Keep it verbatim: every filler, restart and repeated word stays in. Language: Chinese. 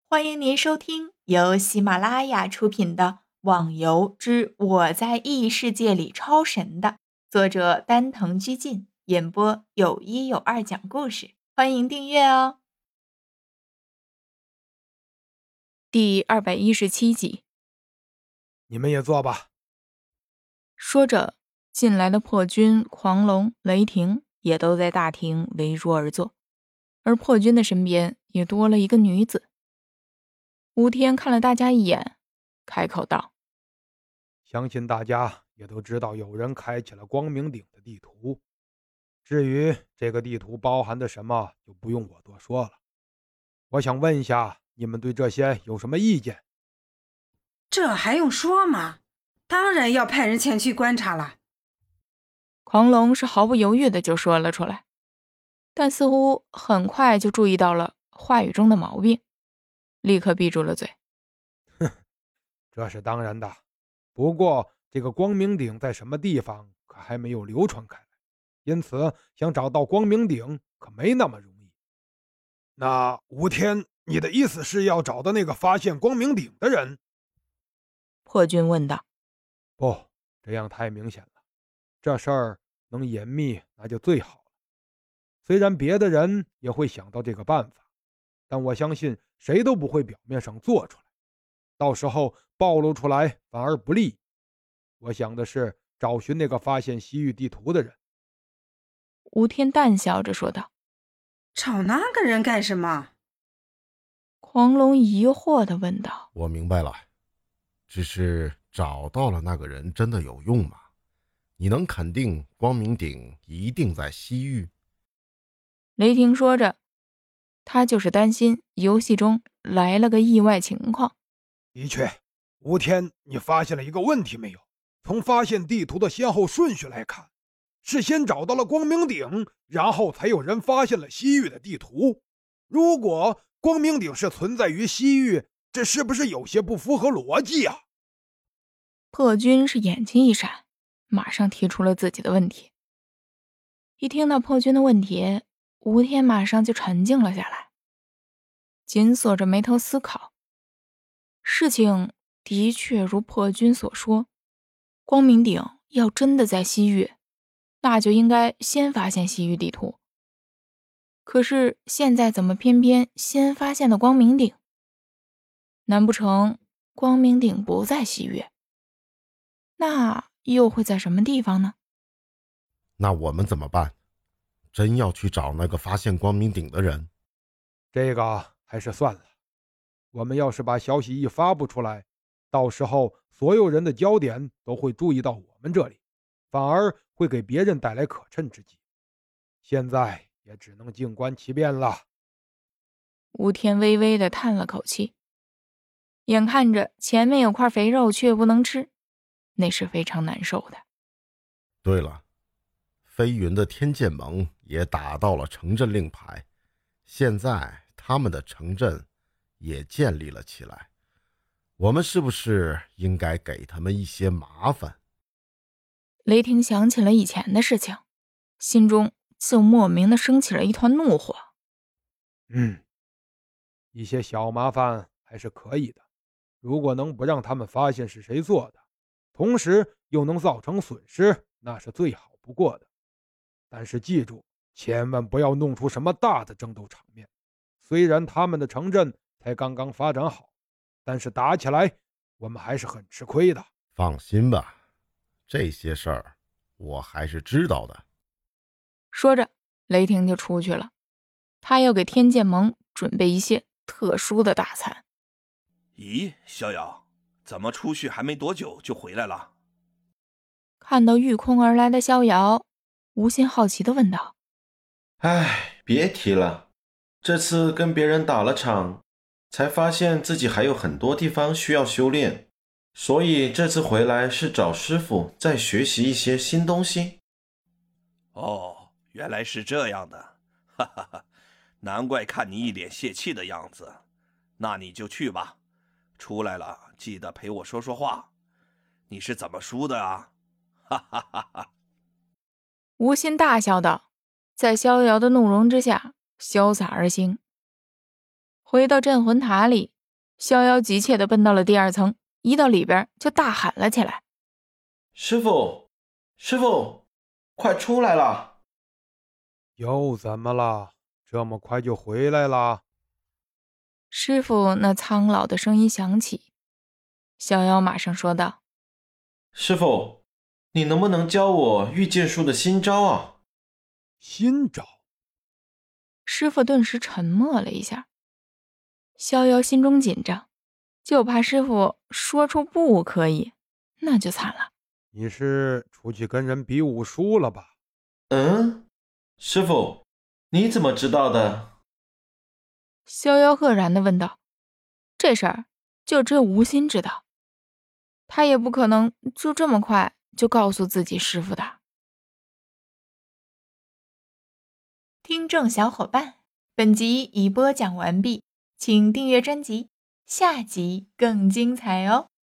欢迎您收听由喜马拉雅出品的《网游之我在异世界里超神》的作者丹藤居进演播，有一有二讲故事。欢迎订阅哦。第二百一十七集， 你们也坐吧。 说着，进来的破军、狂龙、雷霆也都在大厅围桌而坐，而破军的身边也多了一个女子。吴天看了大家一眼，开口道： 相信大家也都知道有人开启了光明顶的地图，至于这个地图包含的什么，就不用我多说了。我想问一下，你们对这些有什么意见？ 这还用说吗？当然要派人前去观察了。 狂龙是毫不犹豫的就说了出来，但似乎很快就注意到了话语中的毛病，立刻闭住了嘴。 哼，这是当然的。不过这个光明顶在什么地方可还没有流传开来，因此想找到光明顶可没那么容易。那吴天，你的意思是要找到那个发现光明顶的人？ 破军问道。 不，这样太明显了，这事儿能隐秘那就最好了。虽然别的人也会想到这个办法，但我相信谁都不会表面上做出来，到时候暴露出来反而不利。我想的是找寻那个发现西域地图的人。 吴天淡笑着说道。 找那个人干什么？ 狂龙疑惑地问道。 我明白了，只是找到了那个人真的有用吗？你能肯定光明顶一定在西域？ 雷霆说着，他就是担心游戏中来了个意外情况。 的确，吴天，你发现了一个问题没有？从发现地图的先后顺序来看，是先找到了光明顶，然后才有人发现了西域的地图。如果光明顶是存在于西域，这是不是有些不符合逻辑啊？ 破军是眼睛一闪，马上提出了自己的问题。一听到破军的问题，吴天马上就沉静了下来，紧锁着眉头思考。事情的确如破军所说，光明顶要真的在西域，那就应该先发现西域地图。可是现在怎么偏偏先发现了光明顶？难不成光明顶不在西域？那又会在什么地方呢？ 那我们怎么办？真要去找那个发现光明顶的人？ 这个还是算了。我们要是把消息一发布出来，到时候所有人的焦点都会注意到我们这里，反而会给别人带来可乘之机。现在也只能静观其变了。 吴天微微地叹了口气，眼看着前面有块肥肉却不能吃，那是非常难受的。 对了，飞云的天剑盟也打到了城镇令牌，现在他们的城镇也建立了起来，我们是不是应该给他们一些麻烦？ 雷霆想起了以前的事情，心中就莫名的升起了一团怒火。 嗯，一些小麻烦还是可以的，如果能不让他们发现是谁做的，同时又能造成损失，那是最好不过的。但是记住，千万不要弄出什么大的争斗场面。虽然他们的城镇才刚刚发展好，但是打起来我们还是很吃亏的。 放心吧，这些事儿我还是知道的。 说着，雷霆就出去了，他要给天剑盟准备一些特殊的大餐。 咦，逍遥，怎么出去还没多久就回来了？ 看到御空而来的逍遥，吴昕好奇地问道。 唉，别提了，这次跟别人打了场，才发现自己还有很多地方需要修炼，所以这次回来是找师傅再学习一些新东西。 哦，原来是这样的，哈哈哈，难怪看你一脸泄气的样子。那你就去吧，出来了记得陪我说说话。你是怎么输的啊？哈哈哈哈！ 吴昕大笑道，在逍遥的怒容之下潇洒而行。回到镇魂塔里， 逍遥急切地奔到了第二层，一到里边就大喊了起来：“ 师傅，师傅，快出来了！” 又怎么了？这么快就回来了？ 师傅那苍老的声音响起。逍遥马上说道：“ 师傅，你能不能教我御剑术的新招啊？” 新招？ 师傅顿时沉默了一下。逍遥心中紧张，就怕师傅说出不可以，那就惨了。 你是出去跟人比武术了吧？ 嗯，师傅，你怎么知道的？ 逍遥愕然地问道。这事儿就只有吴昕知道，他也不可能就这么快就告诉自己师傅的。听众小伙伴，本集已播讲完毕，请订阅专辑，下集更精彩哦。